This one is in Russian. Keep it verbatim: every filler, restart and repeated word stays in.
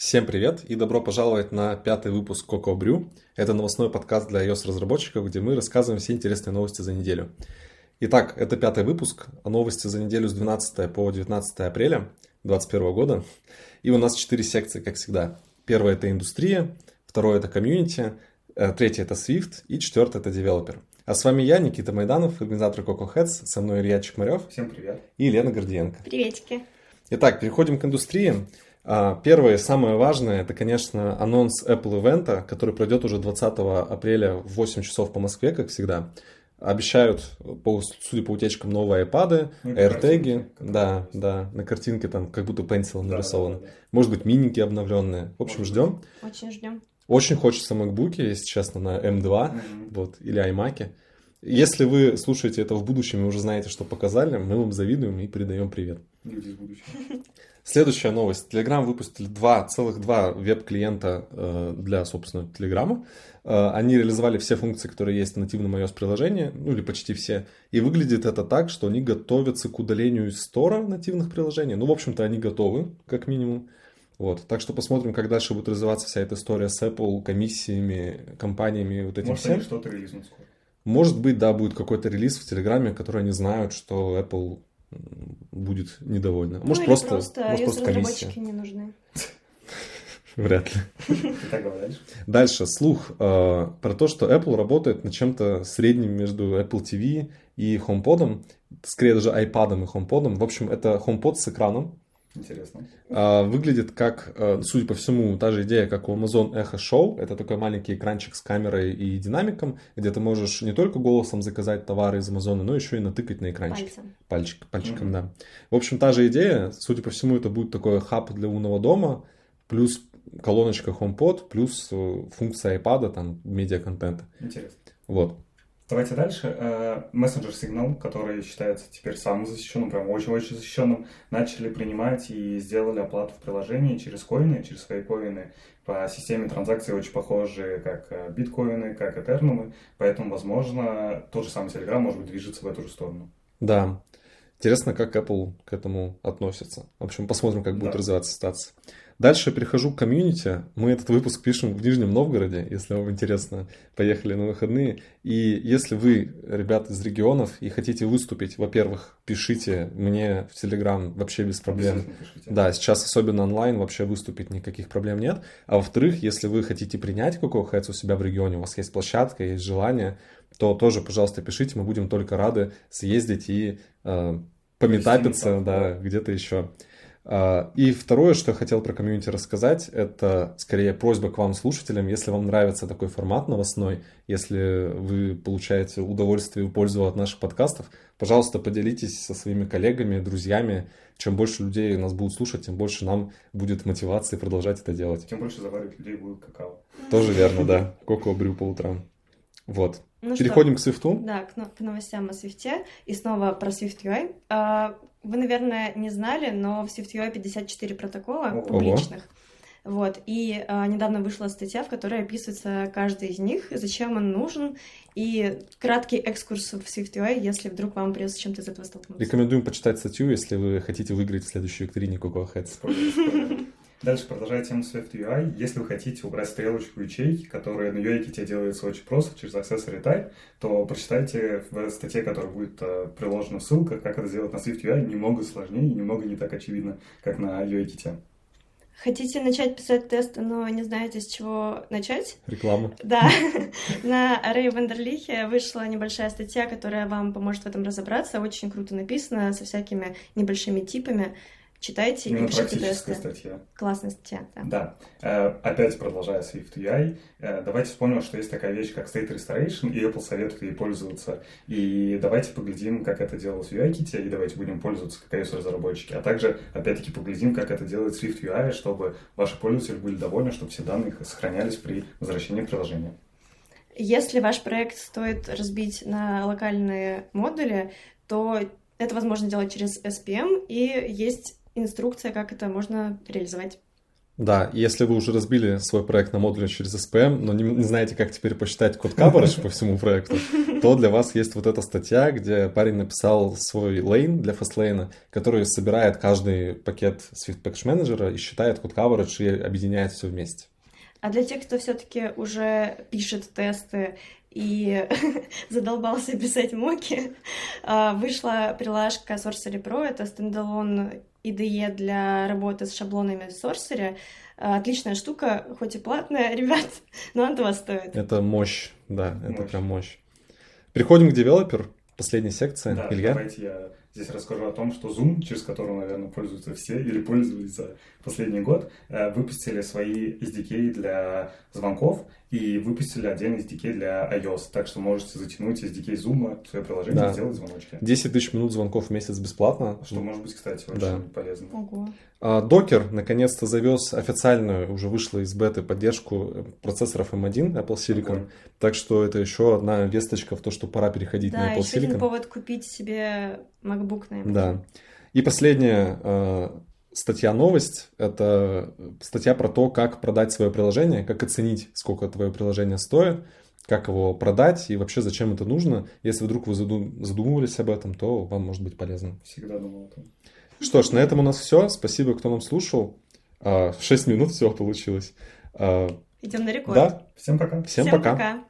Всем привет и добро пожаловать на пятый выпуск Cocoa Brew. Это новостной подкаст для iOS-разработчиков, где мы рассказываем все интересные новости за неделю. Итак, это пятый выпуск, новости за неделю с двенадцатого по девятнадцатое апреля две тысячи двадцать первого года. И у нас четыре секции, как всегда. Первая – это индустрия, второе – это комьюнити, третье – это Swift и четвертое – это девелопер. А с вами я, Никита Майданов, организатор Cocoa Heads, со мной Илья Чекмарев. Всем привет. И Лена Гордиенко. Приветики. Итак, переходим к индустрии. Первое и самое важное, это, конечно, анонс Apple ивента, который пройдет уже двадцатого апреля в восемь часов по Москве, как всегда. Обещают, по, судя по утечкам, новые iPad, ну, AirTag, да, да, на картинке там как будто пенсил нарисовано. Да, да, да. Может быть, миники обновленные. В общем, ждем. Очень ждем. Очень хочется MacBook, если честно, на эм два mm-hmm. вот, или iMac. Если вы слушаете это в будущем и уже знаете, что показали, мы вам завидуем и передаем привет. Люди из будущего. Следующая новость. Telegram выпустили два, целых два веб-клиента э, для, собственно, Telegram. Э, они реализовали все функции, которые есть в нативном iOS-приложении, ну или почти все. И выглядит это так, что они готовятся к удалению из стора нативных приложений. Ну, в общем-то, они готовы, как минимум. Вот. Так что посмотрим, как дальше будет развиваться вся эта история с Apple, комиссиями, компаниями, вот этим Может, всем. Может, они что-то релизнут скоро. Может быть, да, будет какой-то релиз в Телеграме, который они знают, что Apple будет недовольна. Может, ну, просто, просто, может, просто комиссия. Разработчики не нужны. Вряд ли. Ты так говоришь? Дальше, слух э, про то, что Apple работает над чем-то средним между Apple ти ви и HomePod. Скорее даже iPad и HomePod. В общем, это HomePod с экраном. Интересно. Э, выглядит как, э, судя по всему, та же идея, как у Amazon Echo Show. Это такой маленький экранчик с камерой и динамиком, где ты можешь не только голосом заказать товары из Амазона, но еще и натыкать на экранчик. Пальцем. Пальчик, пальчиком, Mm-hmm. да. В общем, та же идея. Судя по всему, это будет такой хаб для умного дома, плюс колоночка HomePod, плюс функция iPad, там, медиа-контента. Интересно. Вот. Давайте дальше. Мессенджер Signal, который считается теперь самым защищенным, прям очень-очень защищенным, начали принимать и сделали оплату в приложении через коины, через свои коины. По системе транзакций очень похожи как биткоины, как этернумы, поэтому, возможно, тот же самый Telegram может быть движется в эту же сторону. Да. Интересно, как Apple к этому относится. В общем, посмотрим, как будет да. развиваться ситуация. Дальше перехожу к комьюнити. Мы этот выпуск пишем в Нижнем Новгороде, если вам интересно. Поехали на выходные. И если вы, ребята из регионов, и хотите выступить, во-первых, пишите мне в Telegram вообще без проблем. Да, сейчас особенно онлайн вообще выступить никаких проблем нет. А во-вторых, если вы хотите принять Cocoa Heads у себя в регионе, у вас есть площадка, есть желание, то тоже, пожалуйста, пишите. Мы будем только рады съездить и э, пометапиться, да, где-то еще. И второе, что я хотел про комьюнити рассказать, это скорее просьба к вам, слушателям, если вам нравится такой формат новостной, если вы получаете удовольствие и пользу от наших подкастов, пожалуйста, поделитесь со своими коллегами, друзьями. Чем больше людей нас будут слушать, тем больше нам будет мотивации продолжать это делать. Тем больше заваривать людей будет какао. Тоже верно, да. Cocoa Brew по утрам. Вот. Ну Переходим что, к Swift. Да, к, к новостям о Swift. И снова про Swift ю ай. Вы, наверное, не знали, но в Swift ю ай пятьдесят четыре протокола Ого. публичных. Вот. И а, недавно вышла статья, в которой описывается каждый из них, зачем он нужен, и краткий экскурс в Swift ю ай, если вдруг вам придется с чем-то из этого столкнуться. Рекомендуем почитать статью, если вы хотите выиграть в следующей викторине Cocoa Heads. Дальше, продолжая тему Swift ю ай, если вы хотите убрать стрелочку ячейки, которая на ю ай-ките делается очень просто, через Accessory Type, то прочитайте в статье, которая будет uh, приложена ссылка, как это сделать на Swift ю ай, немного сложнее и немного не так очевидно, как на ю ай-ките. Хотите начать писать тесты, но не знаете, с чего начать? Реклама. Да. На Рэй Вандерлихе вышла небольшая статья, которая вам поможет в этом разобраться. Очень круто написано, со всякими небольшими типами. Читайте Именно и пишите тесты. Статья. Классная статья, да. Да. Э, опять продолжая Swift ю ай, э, давайте вспомним, что есть такая вещь, как State Restoration, и Apple советует ей пользоваться. И давайте поглядим, как это делалось в ю ай-ките, и давайте будем пользоваться как iOS-разработчики. А также, опять-таки, поглядим, как это делает Swift ю ай, чтобы ваши пользователи были довольны, чтобы все данные сохранялись при возвращении приложения. Если ваш проект стоит разбить на локальные модули, то это возможно делать через эс пи эм, и есть инструкция, как это можно реализовать. Да, если вы уже разбили свой проект на модули через эс пи эм, но не, не знаете, как теперь посчитать код coverage по всему проекту, то для вас есть вот эта статья, где парень написал свой лейн для Fastlane, который собирает каждый пакет Swift Package Manager и считает код coverage и объединяет все вместе. А для тех, кто все-таки уже пишет тесты и задолбался писать моки, вышла прилажка Sorcery Pro, это стендалон ай ди и для работы с шаблонами в Sorcery. Отличная штука, хоть и платная, ребят, но она того стоит. Это мощь, да, мощь. Это прям мощь. Переходим к девелопер, последняя секция. Да, Илья? Давайте я здесь расскажу о том, что Zoom, через который, наверное, пользуются все или пользовались за последний год, выпустили свои эс ди кей для звонков и выпустили отдельный эс ди кей для iOS. Так что можете затянуть эс ди кей Zoom в свое приложение да. и сделать звоночки. десять тысяч минут звонков в месяц бесплатно. Что может быть, кстати, очень да. полезно. Ого. Docker наконец-то завез официальную, уже вышла из беты, поддержку процессоров эм один Apple Silicon. Ого. Так что это еще одна весточка в то, что пора переходить да, на Apple Silicon. Да, еще один повод купить себе MacBook на эм один. Да. И последняя э, статья-новость. Это статья про то, как продать свое приложение, как оценить, сколько твое приложение стоит, как его продать и вообще зачем это нужно. Если вдруг вы задумывались об этом, то вам может быть полезно. Всегда думал о том. Что ж, на этом у нас все. Спасибо, кто нам слушал. шесть минут всего получилось. Идем на рекорд. Да. Всем пока. Всем, Всем пока. пока.